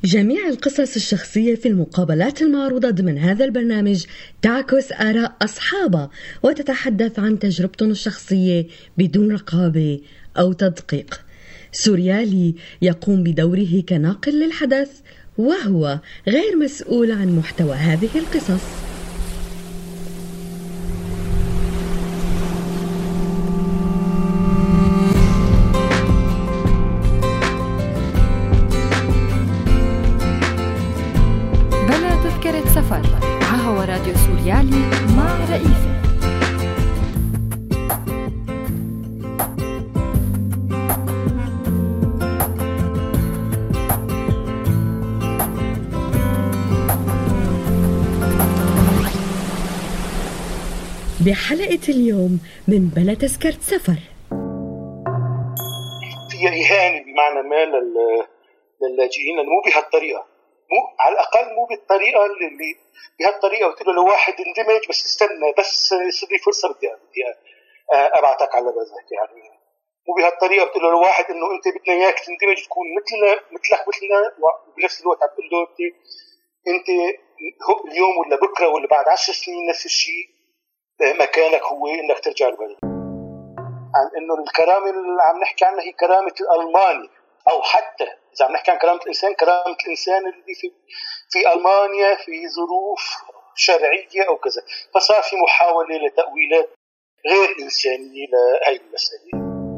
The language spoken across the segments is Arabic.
جميع القصص الشخصية في المقابلات المعروضة ضمن هذا البرنامج تعكس آراء أصحابها وتتحدث عن تجربتهم الشخصية بدون رقابة أو تدقيق. سوريالي يقوم بدوره كناقل للحدث وهو غير مسؤول عن محتوى هذه القصص. سفر هو راديو سوريالي مع رئيفة. بحلقة اليوم من بلا تذكرة سفر. فيها إهانة بمعنى ما للاجئين، مو بهالطريقة، مو على الأقل مو بالطريقة اللي بهالطريقة قلت له لواحد اندمج بس استنى بس يصير لي فرصة بدي أبعتك على بذلك، يعني مو بهالطريقة قلت له لواحد إنه أنت بدنا إياك تندمج تكون مثلنا وبنفس الوقت عم تقول له أنت اليوم ولا بكرة ولا بعد 10 سنين نفس الشيء، مكانك هو إنك ترجع البلد. عن إنه الكرامة اللي عم نحكي عنها هي كرامة الألماني، أو حتى إذا عم نحكي عن كرامة الإنسان اللي في ألمانيا في ظروف شرعية أو كذا، فصار في محاولة لتأويلات غير إنسانية لهذه المسألة.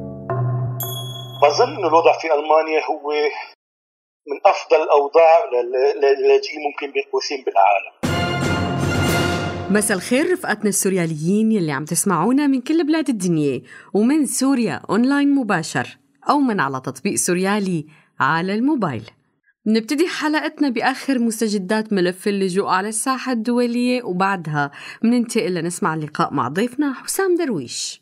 بظن إنه الوضع في ألمانيا هو من أفضل الأوضاع للاجئين ممكن بين قوسين بالعالم. مساء الخير رفقاتنا السورياليين يلي عم تسمعونا من كل بلاد الدنيا ومن سوريا أونلاين مباشر أو من على تطبيق سوريالي على الموبايل. نبتدي حلقتنا بآخر مستجدات ملف اللجوء على الساحة الدولية، وبعدها مننتقل لنسمع اللقاء مع ضيفنا حسام درويش.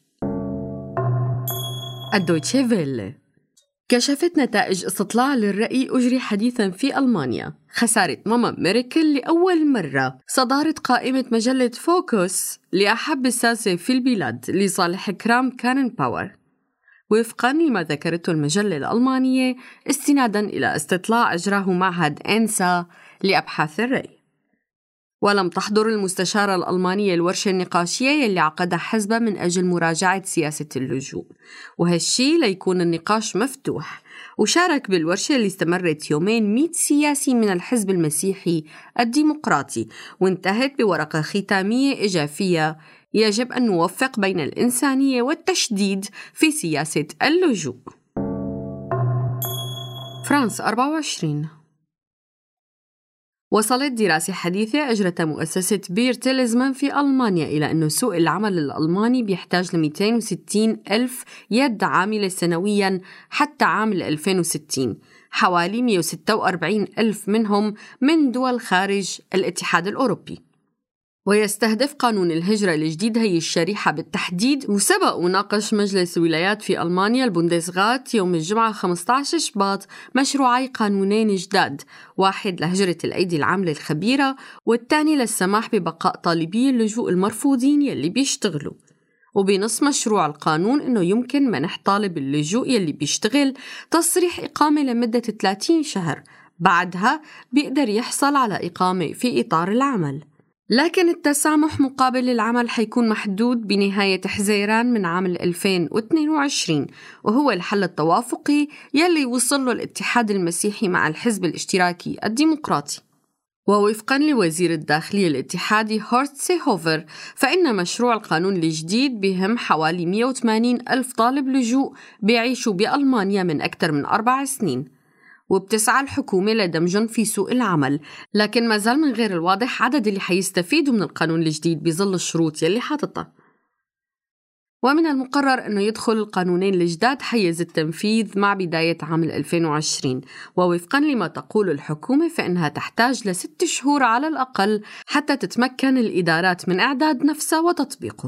الدويتشي فيلي كشفت نتائج استطلاع للرأي أجري حديثاً في ألمانيا خسارة ماما ميركل لأول مرة صدارة قائمة مجلة فوكس لأحب الساسة في البلاد لصالح كرام كارن باور، وفقاً لما ذكرته المجلة الألمانية استناداً إلى استطلاع أجراه معهد أنسا لأبحاث الرأي. ولم تحضر المستشارة الألمانية الورشة النقاشية يلي عقدها حزبها من أجل مراجعة سياسة اللجوء، وهالشي ليكون النقاش مفتوح. وشارك بالورشة اللي استمرت يومين 100 سياسي من الحزب المسيحي الديمقراطي، وانتهت بورقة ختامية إجافية: يجب أن نوفق بين الإنسانية والتشديد في سياسة اللجوء. فرانس 24. وصلت دراسة حديثة أجرتها مؤسسة بير تيلزمان في ألمانيا إلى أن سوق العمل الألماني بيحتاج ل 260 ألف يد عاملة سنوياً حتى عام 2060، حوالي 146 ألف منهم من دول خارج الاتحاد الأوروبي. ويستهدف قانون الهجرة الجديد هي الشريحة بالتحديد، وسبق وناقش مجلس ولايات في ألمانيا البوندسغات يوم الجمعة 15 شباط مشروعي قانونين جداد، واحد لهجرة الأيدي العاملة الخبيرة والثاني للسماح ببقاء طالبي اللجوء المرفوضين يلي بيشتغلوا. وبنص مشروع القانون إنه يمكن منح طالب اللجوء يلي بيشتغل تصريح إقامة لمدة 30 شهر، بعدها بيقدر يحصل على إقامة في إطار العمل. لكن التسامح مقابل العمل حيكون محدود بنهاية حزيران من عام 2022، وهو الحل التوافقي يلي وصل له الاتحاد المسيحي مع الحزب الاشتراكي الديمقراطي. ووفقاً لوزير الداخلية الاتحادي هورست سيهوفر، فإن مشروع القانون الجديد بهم حوالي 180 ألف طالب لجوء بيعيشوا بألمانيا من أكثر من 4 سنين، وبتسعى الحكومة لدمجهم في سوق العمل، لكن ما زال من غير الواضح عدد اللي حيستفيدوا من القانون الجديد بظل الشروط يلي حاططها. ومن المقرر أنه يدخل القانونين الجداد حيز التنفيذ مع بداية عام 2020، ووفقاً لما تقول الحكومة فإنها تحتاج ل6 شهور على الأقل حتى تتمكن الإدارات من إعداد نفسها وتطبيقه.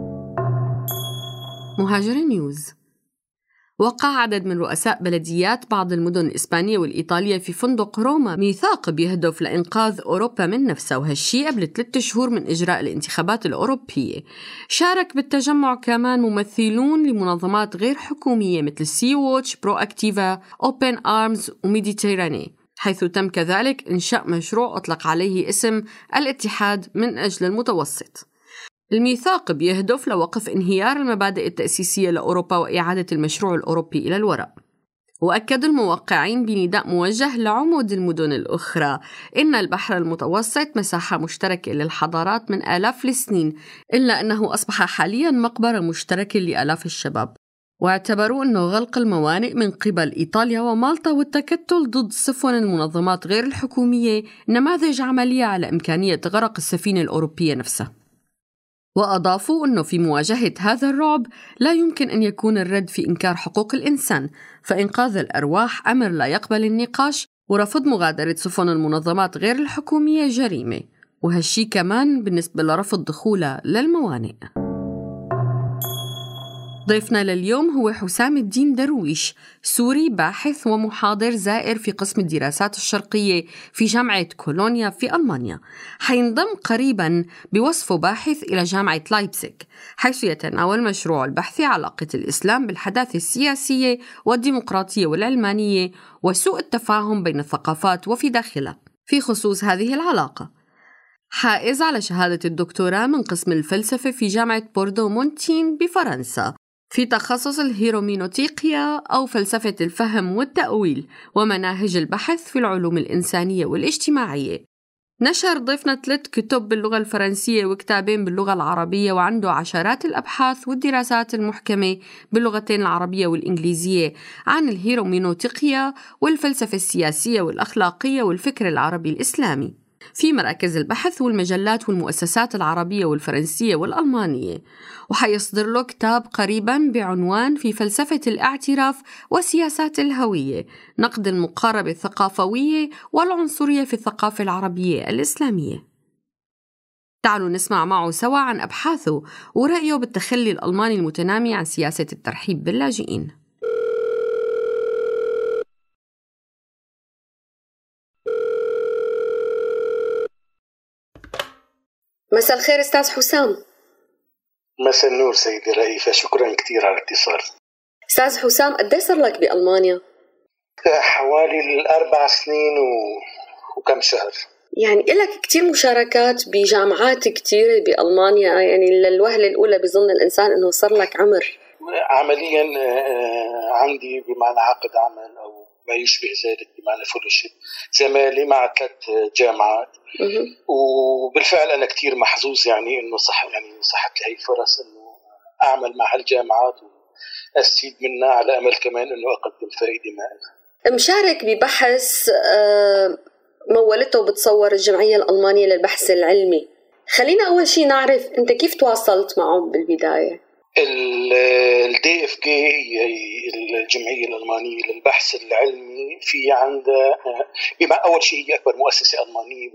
مهاجر نيوز. وقع عدد من رؤساء بلديات بعض المدن الإسبانية والإيطالية في فندق روما ميثاق بيهدف لإنقاذ أوروبا من نفسها، وهالشي قبل 3 شهور من إجراء الانتخابات الأوروبية. شارك بالتجمع كمان ممثلون لمنظمات غير حكومية مثل سي ووتش، برو أكتيفا، أوبن آرمز وميديتيراني. حيث تم كذلك إنشاء مشروع أطلق عليه اسم الاتحاد من أجل المتوسط. الميثاق بيهدف لوقف انهيار المبادئ التأسيسية لأوروبا وإعادة المشروع الأوروبي إلى الوراء. وأكد الموقعين بنداء موجه لعمود المدن الأخرى إن البحر المتوسط مساحة مشتركة للحضارات من آلاف السنين، إلا أنه أصبح حالياً مقبرة مشتركة لآلاف الشباب. واعتبروا أنه غلق الموانئ من قبل إيطاليا ومالطا والتكتل ضد سفن المنظمات غير الحكومية نماذج عملية على إمكانية غرق السفينة الأوروبية نفسها. وأضافوا أنه في مواجهة هذا الرعب لا يمكن أن يكون الرد في إنكار حقوق الإنسان، فإنقاذ الأرواح أمر لا يقبل النقاش، ورفض مغادرة سفن المنظمات غير الحكومية جريمة، وهالشي كمان بالنسبة لرفض دخولها للموانئ. ضيفنا لليوم هو حسام الدين درويش، سوري باحث ومحاضر زائر في قسم الدراسات الشرقية في جامعة كولونيا في ألمانيا. حينضم قريباً بوصفه باحث إلى جامعة لايبزيغ، حيث يتناول مشروع البحث علاقة الإسلام بالحداثة السياسية والديمقراطية والعلمانية وسوء التفاهم بين الثقافات وفي داخلها في خصوص هذه العلاقة. حائز على شهادة الدكتوراه من قسم الفلسفة في جامعة بوردو مونتين بفرنسا في تخصص الهيرومينوتيقيا أو فلسفة الفهم والتأويل ومناهج البحث في العلوم الإنسانية والاجتماعية. نشر ضيفنا 3 كتب باللغة الفرنسية وكتابين باللغة العربية، وعنده عشرات الأبحاث والدراسات المحكمة باللغتين العربية والإنجليزية عن الهيرومينوتيقيا والفلسفة السياسية والأخلاقية والفكر العربي الإسلامي في مراكز البحث والمجلات والمؤسسات العربية والفرنسية والألمانية. وحيصدر له كتاب قريباً بعنوان في فلسفة الاعتراف وسياسات الهوية، نقد المقاربة الثقافوية والعنصرية في الثقافة العربية الإسلامية. تعالوا نسمع معه سوا عن أبحاثه ورأيه بالتخلي الألماني المتنامي عن سياسة الترحيب باللاجئين. مساء الخير أستاذ حسام. مساء النور سيدي رئيفة، شكرا كثير على الاتصال. أستاذ حسام، قديش صار لك بألمانيا؟ حوالي 4 سنين وكم شهر. يعني إلك كتير مشاركات بجامعات كتيرة بألمانيا، يعني للوهلة الأولى بظن الإنسان إنه صار لك عمر. عمليا عندي بمعنى عقد عمل أو ما يشبه ذلك بمعنى فلوشيب زمالي مع 3 جامعات. وبالفعل أنا كتير محظوظ يعني إنه صحت لي هي الفرص إنه أعمل مع هالجامعات وأستفيد منها، على أمل كمان إنه أقدم فائدة ما. مشارك ببحث مولته بتصور الجمعية الألمانية للبحث العلمي. خلينا أول شيء نعرف أنت كيف تواصلت معهم بالبداية؟ الDFG هي الجمعية الألمانية للبحث العلمي، في عندها أول شيء هي أكبر مؤسسة ألمانية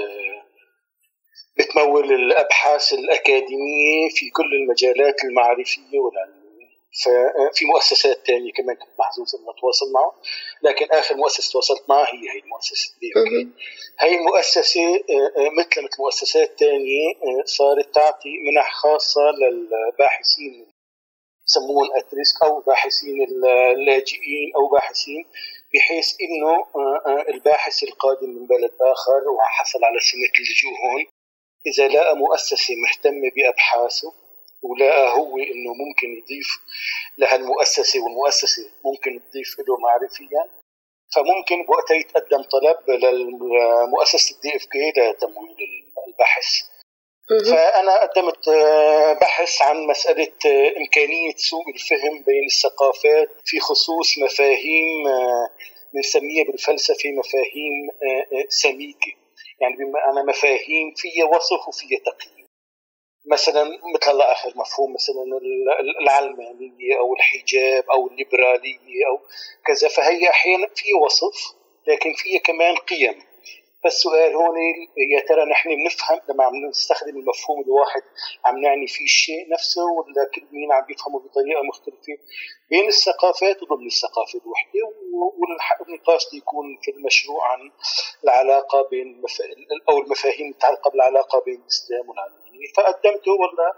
بتمول الأبحاث الأكاديمية في كل المجالات المعرفية والعلمية. ففي مؤسسات تانية كمان كنت محظوظ أن أتواصل معه، لكن آخر مؤسسة تواصلت معها هي المؤسسة DFG. هي المؤسسة مثل مؤسسات تانية صارت تعطي منح خاصة للباحثين يسمون أتريسك أو باحثين اللاجئين أو باحثين، بحيث إنه الباحث القادم من بلد آخر وحصل على سنة اللجوء هون، إذا لقى مؤسسة مهتمة بأبحاثه ولقى هو إنه ممكن يضيف لهالمؤسسة والمؤسسة ممكن تضيف له معرفيا، فممكن بوقتها يتقدم طلب للمؤسسة DFG لتمويل البحث. فأنا قدمت بحث عن مسألة إمكانية سوء الفهم بين الثقافات في خصوص مفاهيم نسميها بالفلسفة مفاهيم سميكة، يعني بمعنى مفاهيم فيها وصف وفيها تقييم. مثلا مثل هلا آخر مفهوم مثلا العلمانية أو الحجاب أو الليبرالية أو كذا، فهي أحيانا في وصف لكن فيها كمان قيم. فالسؤال هون يا ترى نحن بنفهم لما عم نستخدم المفهوم الواحد عم نعني فيه الشيء نفسه، ولا كل مين عم بيفهمه بطريقة مختلفة بين الثقافات وضمن الثقافة الوحدة. والنقاش يكون في المشروع عن العلاقة بين أو المفاهيم المتعلقة بالعلاقة بين الإسلام والعلمانية. فقدمته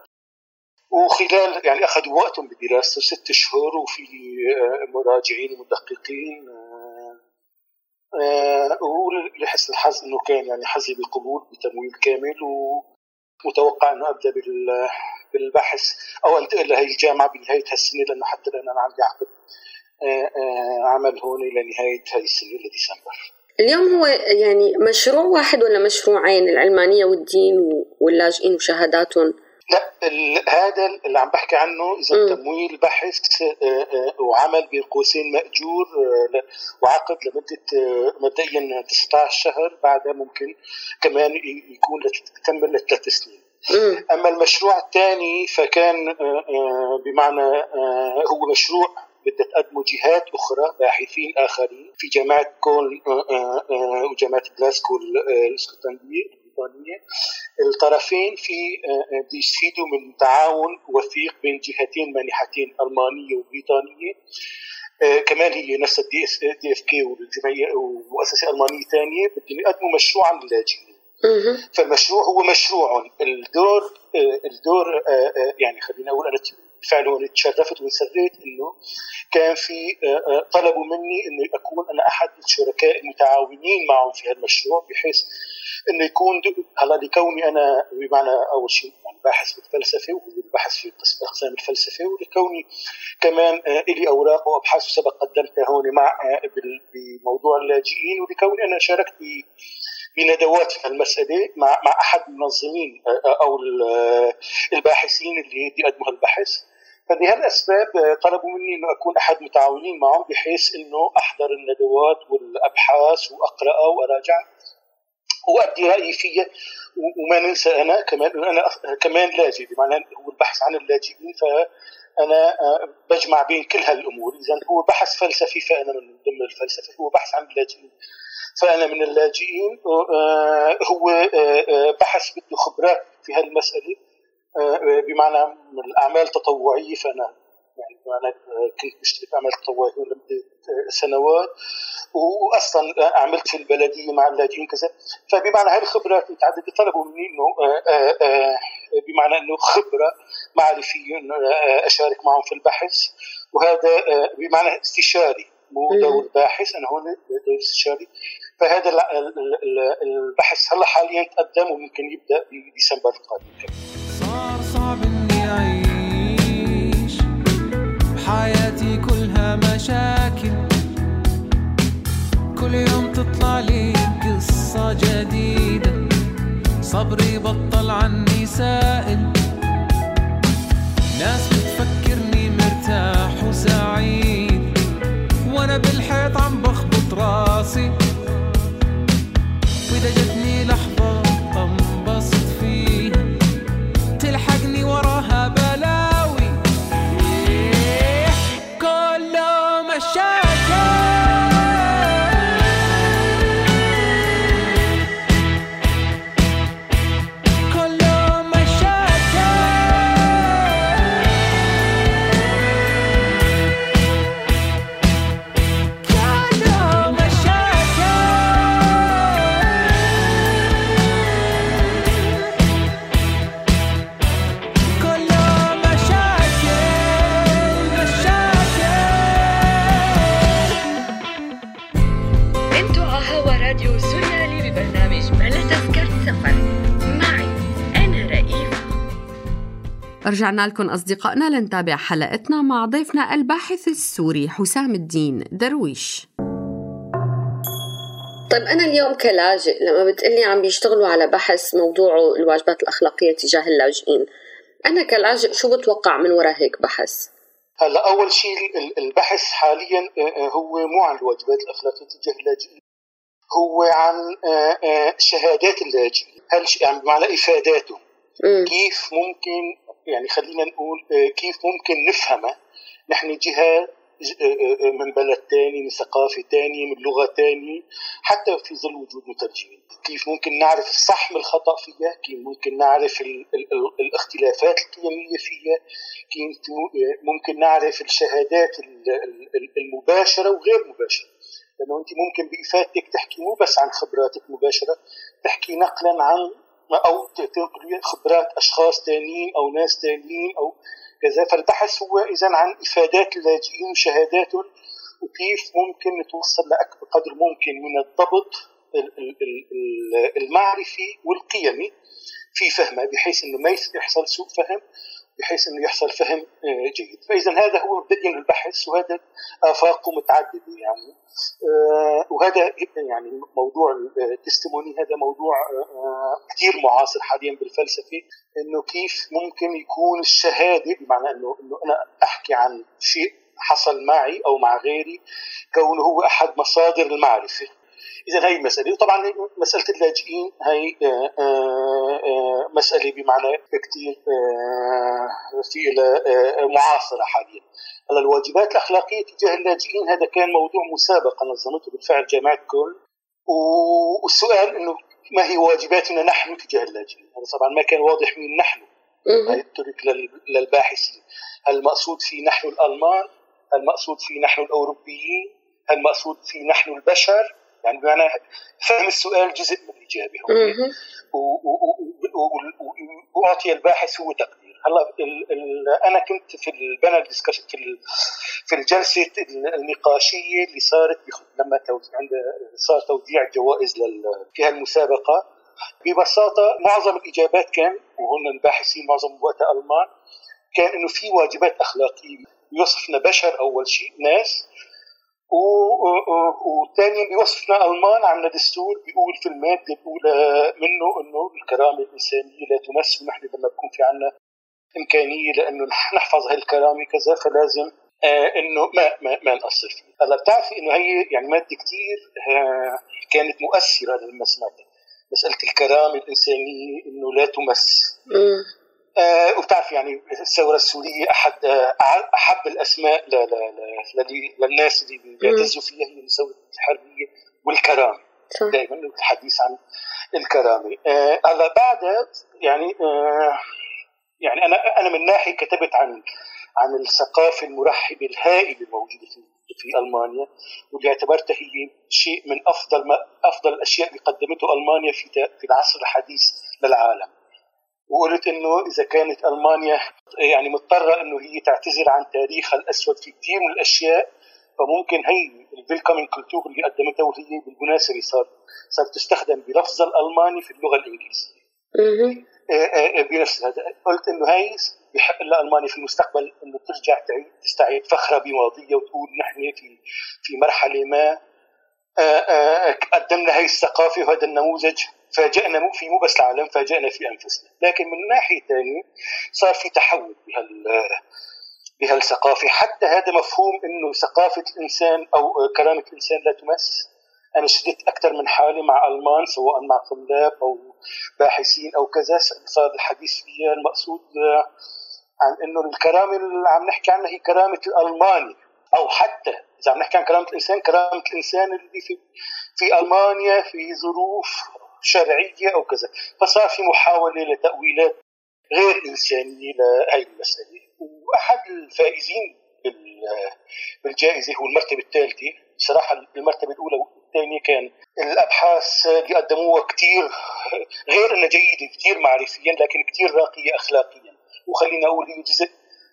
وخلال يعني أخذوا وقتهم بدراسته 6 شهور، وفي مراجعين ومدققين ولحسن الحظ انه كان يعني حظي بالقبول بتمويل كامل، ومتوقع انه ابدا بالبحث او انتقل لهي الجامعه بنهايه هالسنه، لانه حتى الان انا عندي عقد عمل هون لنهايه هاي السنه لديسمبر. اليوم هو يعني مشروع واحد ولا مشروعين، العلمانيه والدين واللاجئين وشهاداتهم؟ لا، هذا اللي عم بحكي عنه اذا تمويل بحث وعمل بين قوسين مأجور وعقد لمده مبدئيا 19 شهر، بعدها ممكن كمان يكون تكمل ل3 سنين. اما المشروع الثاني فكان بمعنى هو مشروع بدها تقدمه جهات اخرى، باحثين اخرين في جامعه كولن وجامعه جلاسكو الاسكتلنديه البريطانيه. الطرفين في يستفيدوا من تعاون وثيق بين جهتين مانحتين المانيه وبريطانيه، كمان هي نفس الدي اف كي والجمعيه ومؤسسه المانيه ثانيه بدهم يقدموا مشروعا للاجئين. فالمشروع هو مشروع الدور يعني خلينا اقول انا فعلا تشرفت وانسريت انه كان في طلبوا مني انه اكون انا احد الشركاء المتعاونين معهم في هالمشروع، بحيث انه يكون هلا لكوني انا بمعنى اول شيء يعني باحث بالفلسفه وبحث في اقسام الفلسفه، ولكوني كمان لي اوراق وابحاث سبق قدمتها هون مع بموضوع اللاجئين، ولكوني انا شاركت بندوات في المسألة مع أحد المنظمين أو الباحثين اللي بيقدموا البحث. فلهالأسباب طلبوا مني أنه أكون أحد متعاونين معهم، بحيث أنه أحضر الندوات والأبحاث وأقرأ وأراجع وأدي رأيي فيها. وما ننسى أنا كمان لاجئ، بمعنى هو البحث عن اللاجئين، فأنا بجمع بين كل هالأمور. إذا هو بحث فلسفي فأنا من ضمن الفلسفة، هو بحث عن اللاجئين فأنا من اللاجئين. هو بحث بده خبرات في هالمسألة، بمعنى من الأعمال التطوعية، فأنا يعني أنا كنت بشتغل أعمال تطوعية لمدة سنوات، وأصلا عملت في البلدية مع اللاجئين كذا. فبمعنى هاي الخبرات متعددة طلبوا مني إنه بمعنى إنه خبرة معرفية إنه أشارك معهم في البحث، وهذا بمعنى استشاري مو دور باحث، أنا هون دور استشاري. فهذا البحث هلا حاليا تقدم وممكن يبدأ بديسمبر القادم. صار صعب إني أعيش بحياتي كلها مشاكل، كل يوم تطلع لي قصة جديدة، صبري بطل عني سائل، ناس بتفكرني مرتاح وسعيد، وأنا بالحيط عم بخبط راسي، وإذا جتني لحظة تنبسط فيها تلحقني وراها بلاوي، كله مشاكل، كله مشاكل، كله مشاكل، كله مشاكل، مشاكل. انتوا عهوا راديو سوريالي ببرنامج بلا تذكرة سفر معي أنا رئيفة. رجعنا لكم أصدقائنا لنتابع حلقتنا مع ضيفنا الباحث السوري حسام الدين درويش. طيب أنا اليوم كلاجئ لما بتقلي عم بيشتغلوا على بحث موضوعه الواجبات الأخلاقية تجاه اللاجئين، أنا كلاجئ شو بتوقع من وراء هيك بحث؟ هلا أول شيء البحث حاليا هو مو عن الواجبات الأخلاقية تجاه اللاجئين، هو عن شهادات اللاجئين، يعني بمعنى إفاداته. كيف ممكن يعني خلينا نقول كيف ممكن نفهمه نحن جهة من بلد تاني، من ثقافة تانية، من لغة تانية، حتى في ظل وجود مترجمين. كيف ممكن نعرف الصح من الخطأ فيها، كيف ممكن نعرف الاختلافات القيمية فيها، كيف ممكن نعرف الشهادات المباشرة وغير مباشرة. لأنه أنت ممكن بإفادتك تحكي مو بس عن خبراتك مباشرة، تحكي نقلا عن أو تنقل خبرات أشخاص تانيين أو ناس تانيين أو كذا. فالبحث هو إذن عن إفادات اللاجئين وشهاداتهم، وكيف ممكن نتوصل لأكبر قدر ممكن من الضبط المعرفي والقيمي في فهمه، بحيث انه ما يحصل سوء فهم، بحيث انه يحصل فهم جيد. فاذا هذا هو بدء البحث، وهذا افاقه متعدده يعني. وهذا يعني موضوع التستموني، هذا موضوع كثير معاصر حاليا بالفلسفه، انه كيف ممكن يكون الشهاده، بمعنى انه انا احكي عن شيء حصل معي او مع غيري، كونه هو احد مصادر المعرفه. إذا هي مسألة. وطبعا مسألة اللاجئين هي مسألة بمعنى كثير في معاصرة حاليا. هلا الواجبات الأخلاقية تجاه اللاجئين هذا كان موضوع مسابقة نظمته بالفعل جامعة كول، والسؤال إنه ما هي واجباتنا نحن تجاه اللاجئين. هذا طبعا ما كان واضح مين نحن، ترك للباحثين. هل المقصود في نحن الألمان؟ هل المقصود في نحن الأوروبيين؟ هل المقصود في نحن البشر؟ يعني بمعنى فهم السؤال جزء من الإجابة، وأعطي الباحث هو تقدير. هلا أنا كنت في البانل ديسكشن في الجلسة النقاشية اللي صارت لما صار توزيع الجوائز في هالمسابقة. ببساطة معظم الإجابات كان، وهن الباحثين معظم وقتها ألمان، كان إنه في واجبات أخلاقية يوصفنا بشر أول شيء، ناس، وثانيا بيوصفنا ألمان عندنا دستور بيقول في المادة الأولى منه إنه الكرامة الإنسانية لا تمس، ونحن لما بكون في عنا إمكانية لأنه نحفظ هاي الكرامة كذا فلازم إنه ما نقصر فيه. هلا بتعرفي إنه هي يعني مادة كتير كانت مؤثرة لما سمعتها، مسألة الكرامة الإنسانية إنه لا تمس. وبتعرف يعني الثورة السورية أحب الأسماء للناس اللي بيعتزوا فيها هي الثورة الحربية والكرامة، دائما الحديث عن الكرامة. هلا بعدها يعني يعني أنا من ناحية كتبت عن الثقافة المرحبة الهائلة الموجودة في ألمانيا، واللي اعتبرتها هي شيء من أفضل الأشياء اللي قدمته ألمانيا في العصر الحديث للعالم. وقلت إنه إذا كانت ألمانيا يعني مضطرة إنه هي تعتذر عن تاريخها الأسود في كثير من الأشياء، فممكن هي الفيلكامينج كولتور اللي قدمتها، وهي بالمناسبة صارت تستخدم بلفظ الألماني في اللغة الإنجليزية بنفس هذا. قلت إنه هي بحق لألمانيا في المستقبل إنه ترجع تستعيد فخرها بماضية، وتقول نحن في مرحلة ما قدمنا هاي الثقافة وهذا النموذج، فاجأنا مو بس العالم، فاجأنا في أنفسنا. لكن من ناحية ثانية صار في تحول بهالثقافة. حتى هذا مفهوم إنه ثقافة الإنسان أو كرامة الإنسان لا تمس، أنا شدت أكثر من حالي مع ألمان، سواء مع طلاب أو باحثين أو كذا، صار الحديث فيها المقصود عن إنه الكرامة اللي عم نحكي عنها هي كرامة الألماني، أو حتى إذا عم نحكي عن كرامة الإنسان اللي في ألمانيا في ظروف شرعية أو كذا. فصار في محاولة لتأويلات غير إنسانية لهذه المسألة. وأحد الفائزين بالجائزة هو المرتبة الثالثة. بصراحة المرتبة الأولى والثانية كان الأبحاث اللي قدموها كتير غير أنها جيدة كتير معرفيا، لكن كتير راقية أخلاقيا. وخلينا أقول هي جزء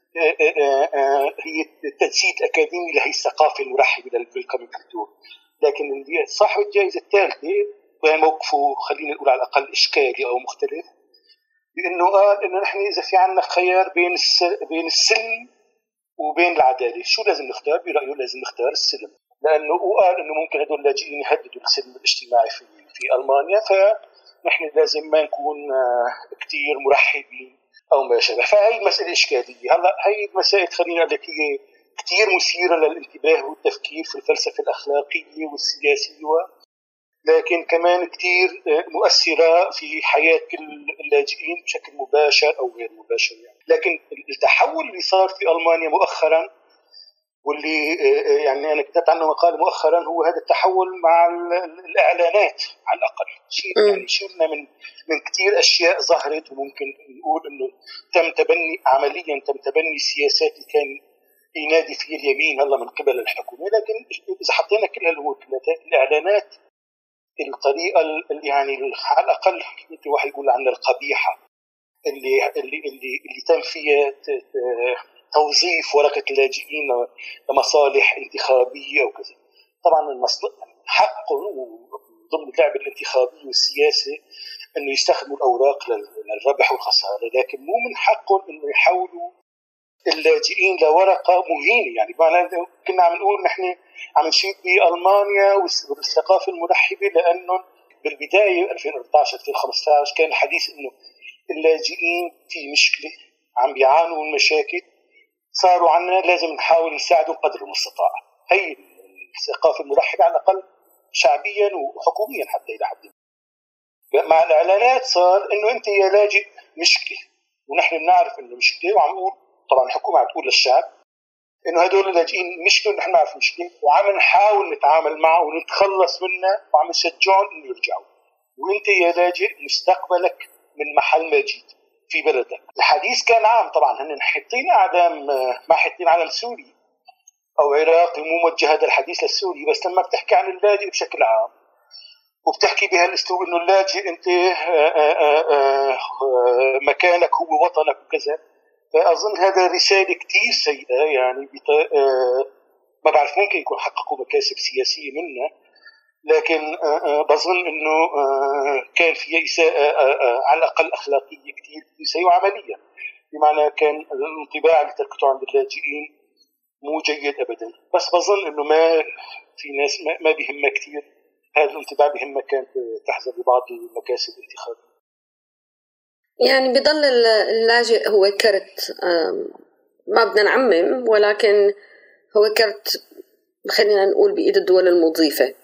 هي التجسيد الأكاديمي لهي الثقافة المرحبة للفيلكامينج كولتور. لكن اللي صاحب الجائزة الثالثة موقفه خلينا نقول على الأقل إشكالي أو مختلف، لأنه قال إنه نحن إذا في عنا خيار بين السلم وبين العدالة، شو لازم نختار؟ برأيه لازم نختار السلم، لأنه قال إنه ممكن هدول اللاجئين يهددوا السلم الاجتماعي في ألمانيا، فنحن لازم ما نكون كتير مرحبين أو ما شابه. فهي مسألة إشكالية. هلا هي المسائل خلينا نقول لك هي كتير مثيرة للانتباه والتفكير في الفلسفة الأخلاقية والسياسية، لكن كمان كتير مؤثرة في حياة كل اللاجئين بشكل مباشر أو غير مباشر يعني. لكن التحول اللي صار في ألمانيا مؤخرا، واللي يعني أنا كتبت عنه مقال مؤخرا، هو هذا التحول مع الإعلانات على الأقل. يعني شلنا من كتير أشياء ظهرت، وممكن نقول إنه عمليا تم تبني السياسات اللي كان ينادي فيه اليمين هلا من قبل الحكومة. لكن إذا حطينا كل هالأمور الإعلانات الطريقة اللي يعني على الأقل مثل واحد يقول عنها القبيحة اللي تم فيها توظيف ورقة اللاجئين لمصالح انتخابية أو كذا. طبعا حقه ضمن اللعبة الانتخابية والسياسة أنه يستخدموا الأوراق للربح والخسارة، لكن مو من حقهم أنه يحولوا اللاجئين لورقة مهينة. يعني بمعنى كنا عم نقول نحن عم نشيد بألمانيا والثقافة المرحبة، لأنه بالبداية 2014-2015 كان الحديث أنه اللاجئين في مشكلة، عم بيعانوا من مشاكل، صاروا عنا لازم نحاول نساعدهم قدر المستطاع. هي الثقافة المرحبة على الأقل شعبيا وحكوميا حتى إلى حد ما. مع الإعلانات صار إنه أنت يا لاجئ مشكلة، ونحن بنعرف إنه مشكلة، وعم نقول طبعا الحكومة عم تقول للشعب إنه هدول اللاجئين مشكلة ونحن نعرف مشكلة، وعم نحاول نتعامل معه ونتخلص منه، وعم نشجعهم إنه يرجعوا. وأنت يا لاجئ مستقبلك من محل ما جيت في بلدك. الحديث كان عام طبعا، هن حاطين أعلام، ما حاطين علم سوري أو عراقي، مو موجه هذا الحديث للسوري، بس لما بتحكي عن اللاجئ بشكل عام وبتحكي بهالاسلوب انه اللاجئ انت مكانك هو وطنك وكذا، فاظن هذا رساله كتير سيئه. يعني ما بعرف، ممكن يكون حققوا مكاسب سياسيه منها، لكن بظن انه كان في اساءه على الاقل اخلاقيه كتير سيئه وعمليه، بمعنى كان الانطباع اللي تركته عند اللاجئين مو جيد ابدا. بس بظن انه ما في ناس ما بيهمها كثير هذا الانطباع، بيهمها كانت تحظى ببعض المكاسب الانتخابيه. يعني بضل اللاجئ هو كرت، ما بدنا نعمم، ولكن هو كرت خلينا نقول بإيد الدول المضيفة.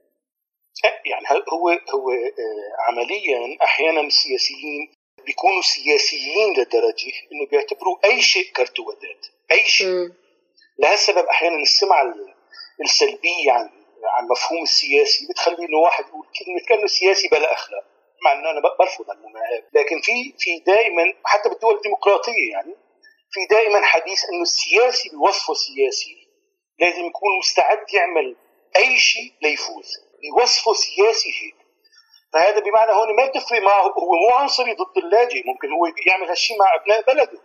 يعني هو عمليا احيانا السياسيين بيكونوا سياسيين لدرجه انه بيعتبروا اي شيء كرت وداد، اي شيء. لهالسبب احيانا السمعه السلبيه عن مفهوم السياسي بتخلي انه واحد يقول كلمه كانه سياسي بلا اخلاق، مع انه انا برفض المماهات. لكن في دائما حتى بالدول الديمقراطيه يعني في دائما حديث انه السياسي بوصفه سياسي لازم يكون مستعد يعمل اي شيء ليفوز، بوصفه سياسي هيك. فهذا بمعنى هون ما بتفرق معه، هو مو عنصري ضد اللاجئ، ممكن هو يعمل هالشيء مع ابناء بلده.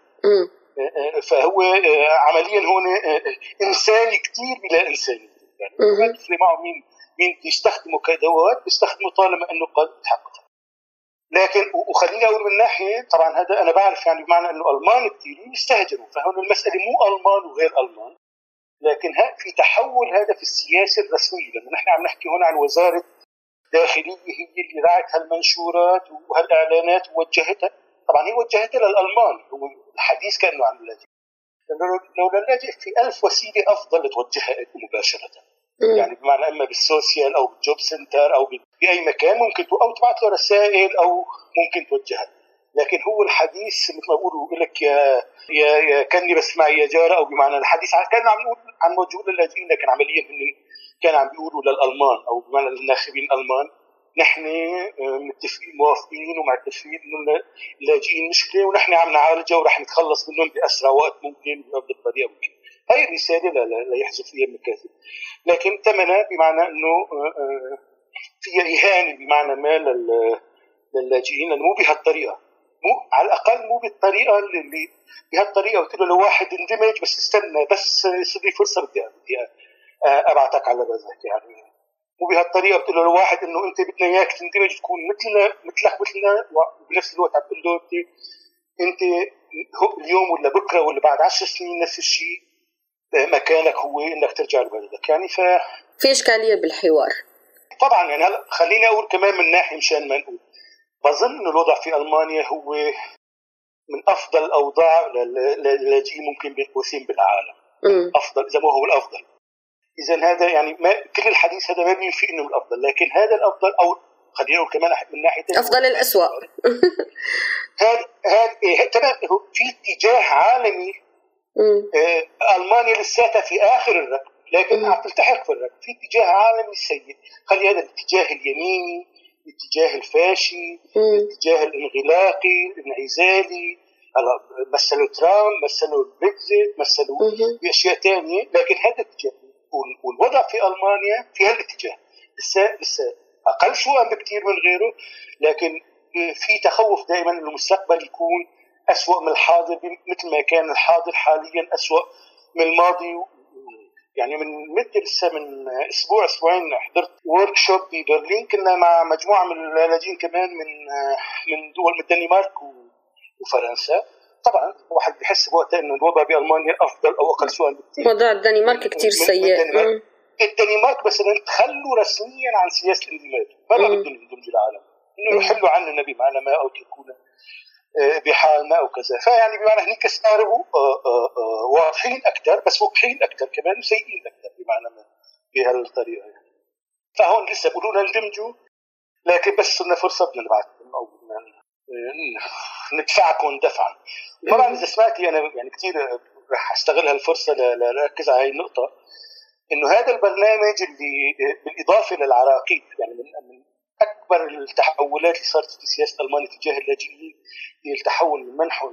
فهو عمليا هون انساني كثير بلا انساني، يعني ما بتفرق معه مين يستخدمه كادوات، بيستخدمه طالما انه قد تحقق. لكن وخليني اقول من ناحيه طبعا هذا انا بعرف يعني بمعنى انه الالمان كثير يستهجنوا، فهون المساله مو المان وغير المان، لكن في تحول هذا في السياسه الرسميه. لما نحن عم نحكي هون عن وزاره داخليه هي اللي راعت هالمنشورات وهالاعلانات ووجهتها، طبعا هي وجهتها للالمان، هو الحديث كانه عن اللاجئ، لو للاجئ في 1000 وسيله افضل توجهها مباشره. يعني بمعنى اما بالسوشيال او بالجوب سنتر او باي مكان ممكن او تبعت له رسائل او ممكن توجهها. لكن هو الحديث مثل ما بيقولوا لك يا كني بس معي يا جاره، او بمعنى الحديث كان عم نقول عن موجود للاجئين، لكن عمليا كان عم بيقولوا للالمان او بمعنى الناخبين الالمان نحن متفقين موافقين ومعترفين انه اللاجئين مشكله ونحن عم نعالجها ورح نتخلص منهم باسرع وقت ممكن وبافضل طريقه ممكن. هاي الرساله لا يحذف فيها المكاسب، لكن ثمنها بمعنى انه فيها اهانه بمعنى ما للاجئين، لانه مو بهالطريقه، مو على الاقل مو بالطريقه اللي بهالطريقه قلت له لواحد اندمج بس استنى بس يصير لي فرصه بدي ابعتك على بلدك. يعني مو بهالطريقه بتقول له لواحد انه انت بدنا اياك تندمج تكون مثلك مثلنا، وبنفس الوقت عم تقول له انت اليوم ولا بكره ولا بعد 10 سنين نفس الشيء، مكانك هو انك ترجع لبلدك. يعني في اشكاليه بالحوار طبعا. يعني هلا خليني اقول كمان من ناحيه مشان ما نقول، بظن انه الوضع في المانيا هو من افضل الاوضاع للاجئين ممكن بين قوسين بالعالم. افضل اذا ما هو الافضل. اذا هذا يعني ما كل الحديث هذا ما بينفي انه الافضل، لكن هذا الافضل، او خلينا نقول كمان من ناحيه افضل الاسوأ. هذا تمام. في اتجاه عالمي، المانيا لساتها في اخر الركب لكن عم تلتحق في الركب، في اتجاه عالمي سيء. خلي هذا الاتجاه اليميني، الاتجاه الفاشي، الاتجاه الانغلاقي الانعزالي، مثلوا ترامب، مثلوا بريكزيت، مثلوا باشياء ثانيه، لكن هذا الاتجاه والوضع في المانيا في هالاتجاه لسه اقل شوءا بكثير من غيره، لكن في تخوف دائما انه المستقبل يكون أسوأ من الحاضر، مثل ما كان الحاضر حاليا أسوأ من الماضي. يعني من مدة لسه من أسبوعين حضرت وركشوب ببرلين، كنا مع مجموعة من اللاجئين كمان من دول من الدنمارك وفرنسا. طبعا واحد بيحس بوقتها انه الوضع بالمانيا افضل او اقل سوءا بكثير. وضع الدنمارك كثير سيء. الدنمارك مثلا تخلوا رسميا عن سياسه الاندماج، ما بدهم يندمجوا العالم، انه يحلوا عننا بمعنى ما او يكونوا بحال ما او كذا. فيعني بمعنى هنيك صاروا واضحين اكثر، بس وقحين اكثر كمان وسيئين اكثر بمعنى ما بهالطريقه يعني. فهون لسه بيقولوا لنا اندمجوا، لكن بس صرنا فرصه بدنا نبعثهم او ندفعكم دفعا. طبعا اذا سمعتي انا يعني كثير رح استغل هالفرصه لاركز على هاي النقطه، انه هذا البرنامج اللي بالاضافه للعراقيل يعني من اكبر التحولات اللي صارت في سياسه المانيا تجاه اللاجئين هي التحول من منحهم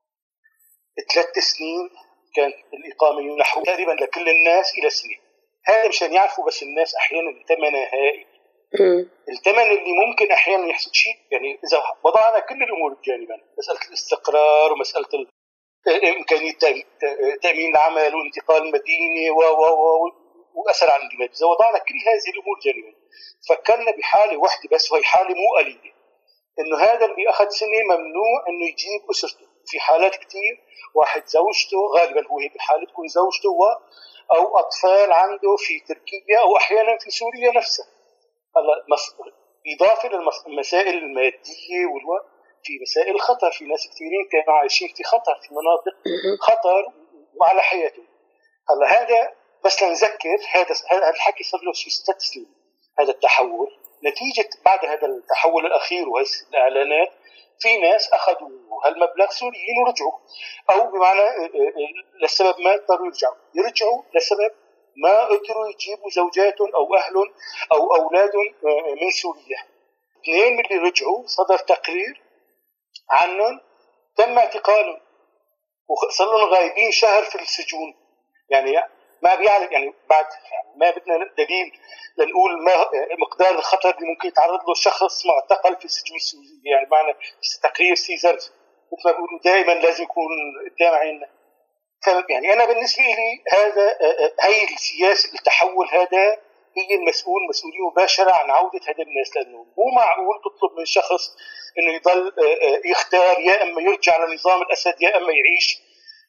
3 سنين كانت الاقامه يمنحوا تقريبا لكل الناس الى سنه. هذا مشان يعرفوا بس الناس احيانا ثمنه هائل. الثمن اللي ممكن احيانا يحصل شيء يعني اذا وضعنا كل الامور بجانبا، مساله الاستقرار ومساله امكانيه تامين العمل وانتقال المدينه واثر عن الاندماج، اذا وضعنا كل هذه الامور جانبا فكرنا بحاله واحده بس، وهي حاله مو قليله، انه هذا اللي اخذ سنه ممنوع انه يجيب اسرته. في حالات كثير واحد زوجته، غالبا هو هيك الحاله تكون زوجته او اطفال عنده في تركيا او احيانا في سوريا نفسها. هلا اضافه للمسائل الماديه في مسائل الخطر، في ناس كثيرين كانوا عايشين في خطر في مناطق خطر وعلى حياتهم. هلا هذا بس لنذكر هذا الحكي صار له شيء 6 سنين. هذا التحول نتيجه بعد هذا التحول الاخير وهي الاعلانات في ناس اخذوا هالمبلغ سوريين ورجعوا، او بمعنى لسبب ما اضطروا يرجعوا لسبب ما قدروا يجيبوا زوجاتهم او اهلهم او اولادهم من سوريا. 2 من اللي رجعوا صدر تقرير عنهم تم اعتقالهم وصار لهم غايبين شهر في السجون. يعني ما بيعرف يعني بعد يعني ما بدنا دليل لنقول ما مقدار الخطر اللي ممكن يتعرض له شخص معتقل في السجون السورية. يعني معنى تقرير سيزر مثل ما بيقولوا دائما لازم يكون قدام عيننا. يعني انا بالنسبه لي هذا هي السياسه التحول هذا هي مسؤوليه مباشره عن عوده هذا الناس، لانه مو معقول تطلب من شخص انه يضل يختار يا اما يرجع لنظام الاسد يا اما يعيش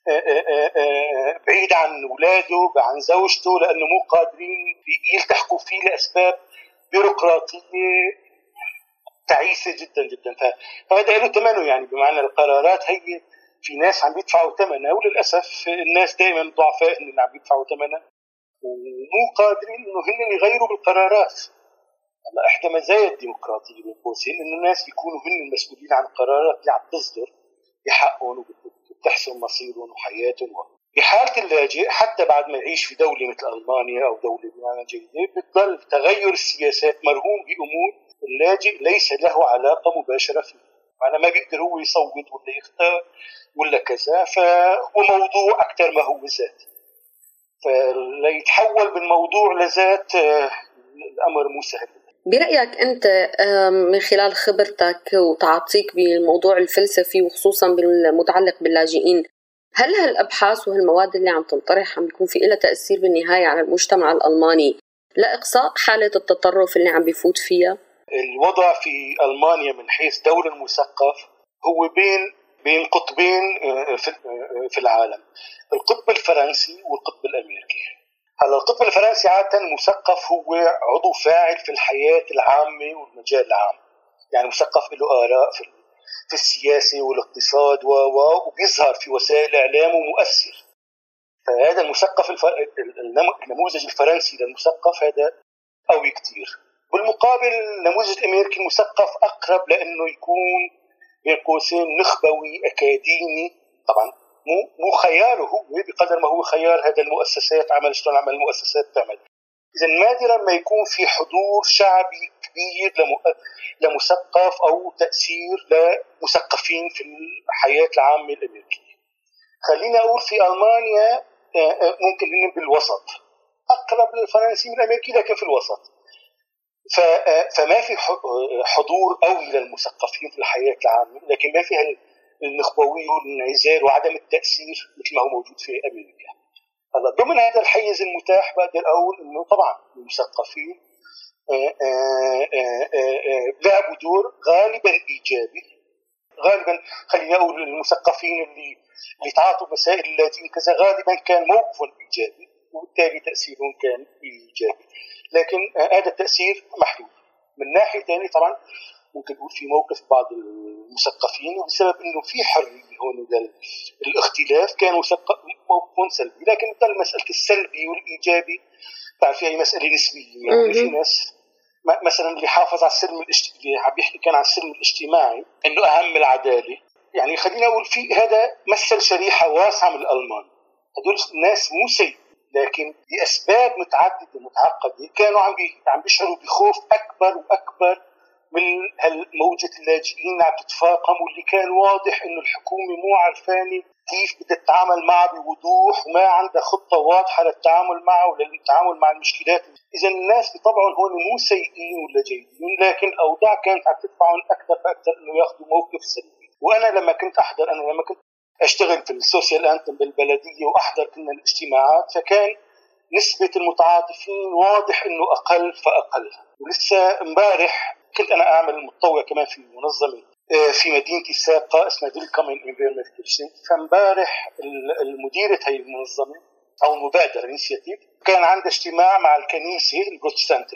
بعيد عن اولاده عن زوجته، لانه مو قادرين يلتحقوا فيه لاسباب بيروقراطيه تعيسه جدا جدا. فهذا له ثمنه، يعني بمعنى القرارات هي في ناس عم يدفعوا ثمنها، وللاسف الناس دائما ضعفاء اللي عم يدفعوا ثمنها ومو قادرين انه هن يغيروا بالقرارات. هلا احدى مزايا الديمقراطيه بين قوسين انه الناس بيكونوا هن المسؤولين عن القرارات اللي عم تصدر بحقهم وبتحسن مصيرهم وحياتهم. بحاله اللاجئ حتى بعد ما يعيش في دوله مثل المانيا او دوله بمعنى جيده بتضل تغير السياسات مرهون بامور اللاجئ ليس له علاقه مباشره فيه. أنا ما بيقدر هو يصوت ولا يختار ولا كذا، فهو موضوع أكثر ما هو ذات. فليتحول من موضوع لذات الأمر مو سهل. برأيك أنت من خلال خبرتك وتعاطيك بالموضوع الفلسفي وخصوصا بالمتعلق باللاجئين، هل هالأبحاث وهالمواد اللي عم تنطرح عم بيكون في لها تأثير بالنهاية على المجتمع الألماني لإقصاء حالة التطرف اللي عم بيفوت فيها؟ الوضع في ألمانيا من حيث دور المثقف هو بين قطبين في العالم، القطب الفرنسي والقطب الأمريكي. هلا القطب الفرنسي عادة المثقف هو عضو فاعل في الحياة العامة والمجال العام، يعني مثقف له آراء في السياسة والاقتصاد وبيظهر في وسائل الإعلام ومؤثر. فهذا المثقف النموذج الفرنسي للمثقف هذا قوي كتير. بالمقابل النموذج الأمريكي المثقف أقرب لأنه يكون بين قوسين نخبوي أكاديمي. طبعا مو خياره هو بقدر ما هو خيار هذا المؤسسات عمل شلون عمل المؤسسات تعمل. إذا نادرا ما يكون في حضور شعبي كبير لمثقف أو تأثير لمثقفين في الحياة العامة الأمريكية. خلينا أقول في ألمانيا ممكن إنه بالوسط، أقرب للفرنسي من الأمريكي لكن في الوسط. فما في حضور قوي للمثقفين في الحياة العامة، لكن ما في النخبوية والانعزال وعدم التأثير مثل ما هو موجود في أمريكا. هلا ضمن هذا الحيز المتاح بقدر أقول إنه طبعا المثقفين لعبوا دور غالبا إيجابي. غالبا خلينا أقول المثقفين اللي تعاطوا مسائل اللاجئين كذا غالبا كان موقفهم إيجابي وبالتالي تأثيرهم كان إيجابي، لكن هذا التأثير محدود. من ناحية ثانية طبعا ممكن نقول في موقف بعض المثقفين وبسبب انه في حريه هون الاختلاف كان موقف سلبي، لكن مثل مساله السلبي والايجابي تعرفي هي مساله نسبيه. يعني في ناس مثلا اللي حافظ على السلم الاجتماعي عم بيحكي كان عن السلم الاجتماعي انه اهم العداله. يعني خلينا اقول في هذا مثل شريحه واسعه من الالمان، هدول الناس مو سيء لكن لاسباب متعدده ومتعقده كانوا عم بيشعروا بخوف اكبر واكبر من هالموجة اللاجئين عم تتفاقم، واللي كان واضح انه الحكومة مو عارفانة كيف بدها تتعامل معها بوضوح وما عندها خطة واضحة للتعامل معها وللتعامل مع المشكلات. إذا الناس بطبعهم هون مو سيئين ولا جيدين، لكن الأوضاع كانت عم تدفعهم أكثر فأكثر إنه ياخذوا موقف سلبي. وأنا لما كنت أشتغل في السوشيال أنتم بالبلدية وأحضر كنا الاجتماعات، فكان نسبة المتعاطفين واضح إنه أقل فأقل. ولسه امبارح كنت أنا أعمل متطوع كمان في منظمة في مدينتي السابقة اسمها ديلكامين انفيرمنتال شيء. فامبارح المديرة هاي المنظمة أو المبادرة انيشيتيف كان عندها اجتماع مع الكنيسة البروتستانت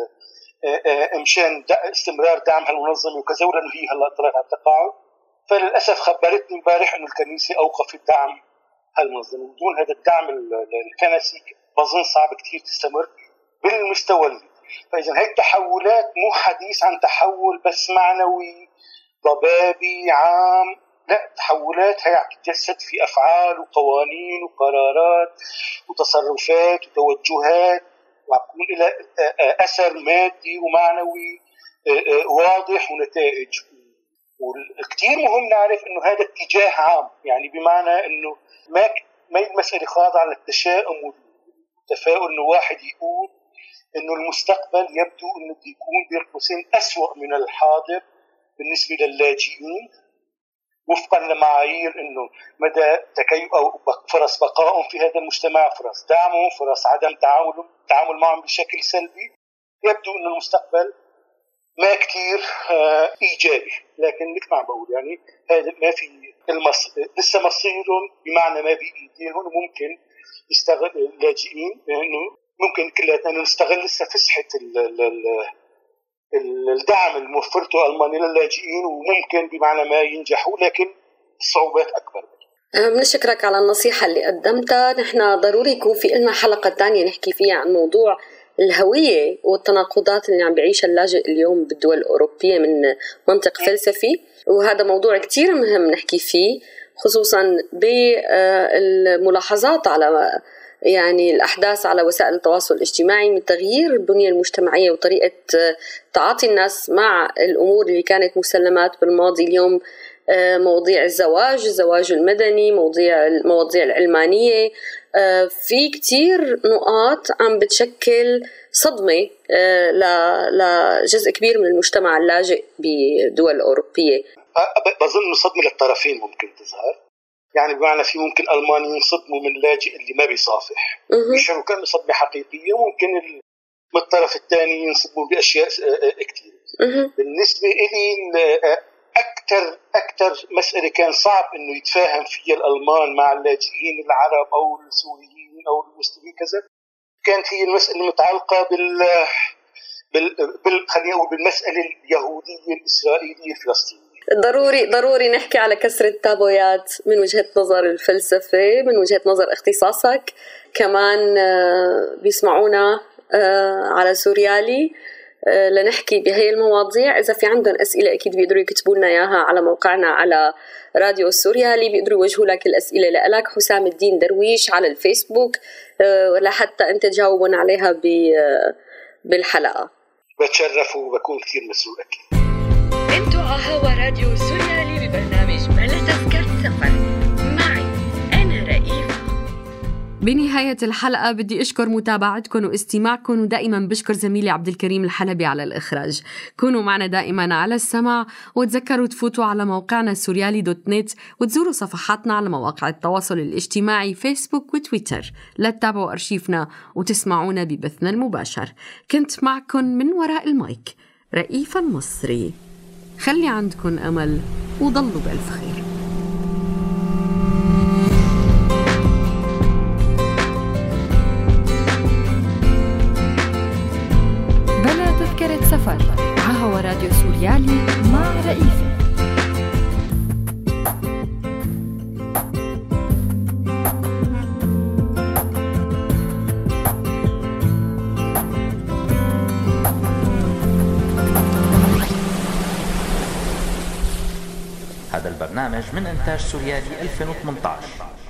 مشان استمرار دعم هالمنظمة وكذا، ولأنه هي هلا طلعت على التقاعد. فللأسف خبرتني امبارح إنه الكنيسة أوقفت دعم هالمنظمة. بدون هذا الدعم الكنسي بظن صعب كتير تستمر بالمستوى اللي. فإذا هاي التحولات مو حديث عن تحول بس معنوي ضبابي عام، لا، تحولات هي عم تتجسد في أفعال وقوانين وقرارات وتصرفات وتوجهات وعم تكون لها أثر مادي ومعنوي واضح ونتائج. والكثير مهم نعرف إنه هذا اتجاه عام، يعني بمعنى إنه ما المسألة خاضعة للتشاؤم والتفاؤل إنه واحد يقول إنه المستقبل يبدو إنه يكون بين قوسين أسوأ من الحاضر بالنسبة للاجئين وفقا لمعايير إنه مدى تكيف أو فرص بقائهم في هذا المجتمع، فرص دعمهم، فرص عدم تعامل معهم بشكل سلبي. يبدو إنه المستقبل ما كتير إيجابي، لكن مثل ما بقول يعني هذا ما في لسه مصيرهم بمعنى ما بإيديهم، وممكن يستغل اللاجئين إنه ممكن كلنا نستغل لسه فسحة الدعم الموفرته ألمانيا للاجئين، وممكن بمعنى ما ينجحوا، لكن الصعوبات أكبر. بنشكرك على النصيحة اللي قدمتها. نحن ضروري يكون في لنا حلقة تانية نحكي فيها عن موضوع الهوية والتناقضات اللي عم بعيشها اللاجئ اليوم بالدول الأوروبية من منطق فلسفي، وهذا موضوع كتير مهم نحكي فيه، خصوصا بالملاحظات على يعني الأحداث على وسائل التواصل الاجتماعي من تغيير البنية المجتمعية وطريقة تعاطي الناس مع الأمور اللي كانت مسلمات بالماضي. اليوم مواضيع الزواج المدني، مواضيع العلمانية، في كتير نقاط عم بتشكل صدمة لجزء كبير من المجتمع اللاجئ بالدول الأوروبية. بظن صدمة للطرفين ممكن تظهر، يعني بمعنى في ممكن ألمانيا ينصدموا من اللاجئ اللي ما بيصافح يشعروا كأنه صدمة حقيقية، وممكن من الطرف الثاني ينصدموا بأشياء كتير. بالنسبة إلي أكثر مسألة كان صعب إنه يتفاهم فيها الألمان مع اللاجئين العرب أو السوريين أو المسلمين كذا، كانت هي المسألة المتعلقة خلينا نقول بالمسألة اليهودية الإسرائيلية الفلسطينية. ضروري نحكي على كسر التابويات من وجهة نظر الفلسفة، من وجهة نظر اختصاصك. كمان بيسمعونا على سوريالي لنحكي بهي المواضيع. إذا في عندهم أسئلة أكيد بيقدروا يكتبوا لنا إياها على موقعنا على راديو السوريالي، بيقدروا يوجهوا لك الأسئلة لك حسام الدين درويش على الفيسبوك، لحتى أنت تجاوبون عليها بالحلقة. بتشرف وبكون كثير مسرور أكيد. انتوا هوا راديو سوريالي ببرنامج بلا تذكرة سفر معي أنا رئيف. بنهاية الحلقة بدي أشكر متابعتكم واستماعكم، ودائما بشكر زميلي عبد الكريم الحلبي على الإخراج. كونوا معنا دائما على السمع، وتذكروا تفوتوا على موقعنا سوريالي.net وتزوروا صفحاتنا على مواقع التواصل الاجتماعي فيسبوك وتويتر لتتابعوا أرشيفنا وتسمعونا ببثنا المباشر. كنت معكم من وراء المايك رئيفة المصري. خلي عندكم أمل وضلوا بألف خير. سفر عهوى راديو سوريالي مع رئيفة. هذا البرنامج من إنتاج سوريالي 2018.